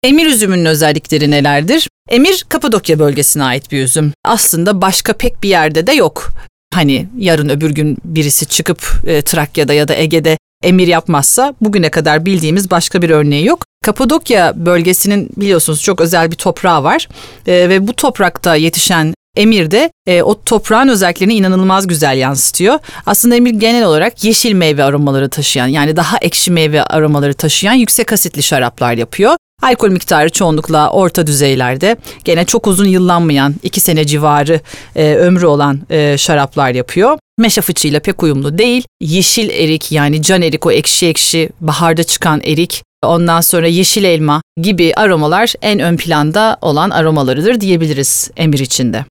Emir üzümünün özellikleri nelerdir? Emir Kapadokya bölgesine ait bir üzüm. Aslında başka pek bir yerde de yok. Hani yarın öbür gün birisi çıkıp Trakya'da ya da Ege'de emir yapmazsa bugüne kadar bildiğimiz başka bir örneği yok. Kapadokya bölgesinin biliyorsunuz çok özel bir toprağı var ve bu toprakta yetişen emir de o toprağın özelliklerini inanılmaz güzel yansıtıyor. Aslında emir genel olarak yeşil meyve aromaları taşıyan, yani daha ekşi meyve aromaları taşıyan yüksek asitli şaraplar yapıyor. Alkol miktarı çoğunlukla orta düzeylerde, gene çok uzun yıllanmayan 2 sene civarı ömrü olan şaraplar yapıyor. Meşe fıçıyla pek uyumlu değil. Yeşil erik, yani can erik, o ekşi ekşi baharda çıkan erik, ondan sonra yeşil elma gibi aromalar en ön planda olan aromalarıdır diyebiliriz emir içinde.